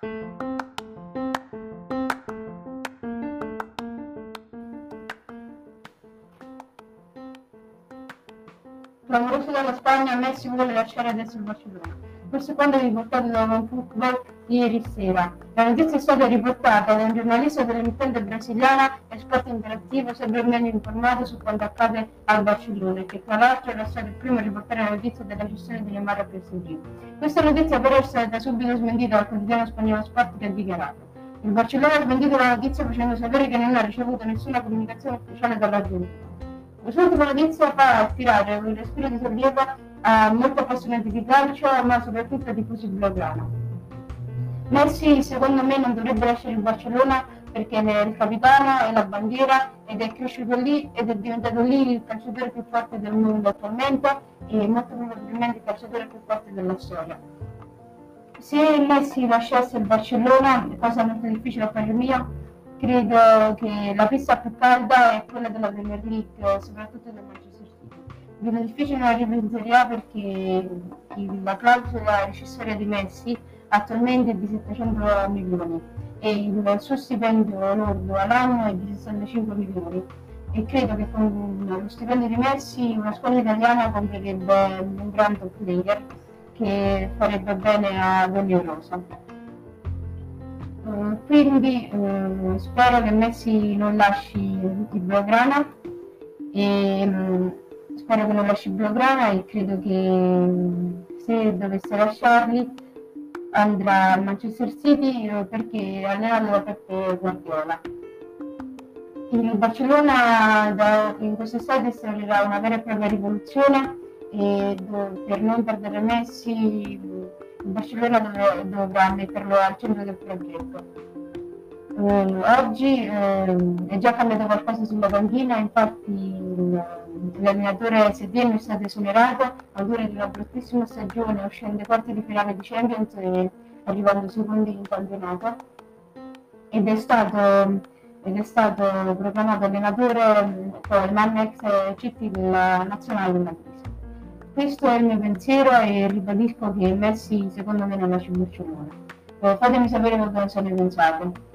Clamoroso dalla Spagna, Messi vuole lasciare adesso il Barcellona. Questo è quanto riportato da OneFootball ieri sera. La notizia è stata riportata da un giornalista dell'emittente brasiliana e Sport Interattivo, sempre meglio informato su quanto accade al Barcellona, che tra l'altro era stato il primo a riportare la notizia della gestione di Neymar a PSG. Questa notizia però è stata subito smentita dal quotidiano spagnolo Sport, che ha dichiarato: il Barcellona ha smentito la notizia facendo sapere che non ha ricevuto nessuna comunicazione ufficiale dall'Argentina. Quest'ultima notizia fa attirare un respiro di sollievo a molti appassionati di calcio, ma soprattutto ai tifosi blaugrana. Messi, secondo me, non dovrebbe lasciare il Barcellona perché è il capitano, è la bandiera ed è cresciuto lì ed è diventato lì il calciatore più forte del mondo attualmente e molto probabilmente il calciatore più forte della storia. Se Messi lasciasse il Barcellona, cosa molto difficile a parer mio, credo che la pista più calda è quella della Premier League, soprattutto del Manchester City. Viene difficile la Serie A perché la clausola rescissoria di Messi attualmente è di 700 milioni e il suo stipendio lordo all'anno è di 65 milioni. E credo che con lo stipendio di Messi una squadra italiana comprerebbe un gran top player che farebbe bene ad Rosa. Quindi spero che Messi non lasci il Blaugrana e spero che non lasci il Blaugrana e credo che se dovesse lasciarli andrà al Manchester City perché allenato da Peppe Guardiola. Il Barcellona in quest'estate instaurerà una vera e propria rivoluzione e per non perdere Messi il Barcellona dovrà metterlo al centro del progetto. Oggi è già cambiato qualcosa sulla panchina, infatti l'allenatore Setién è stato esonerato a causa di una bruttissima stagione, uscendo ai quarti di finale di Champions e arrivando secondi in campionato ed è stato proclamato allenatore Koeman, ex CT della nazionale della crisi. Questo è il mio pensiero e ribadisco che Messi secondo me non lascia il Barcellona. Fatemi sapere cosa ne pensate.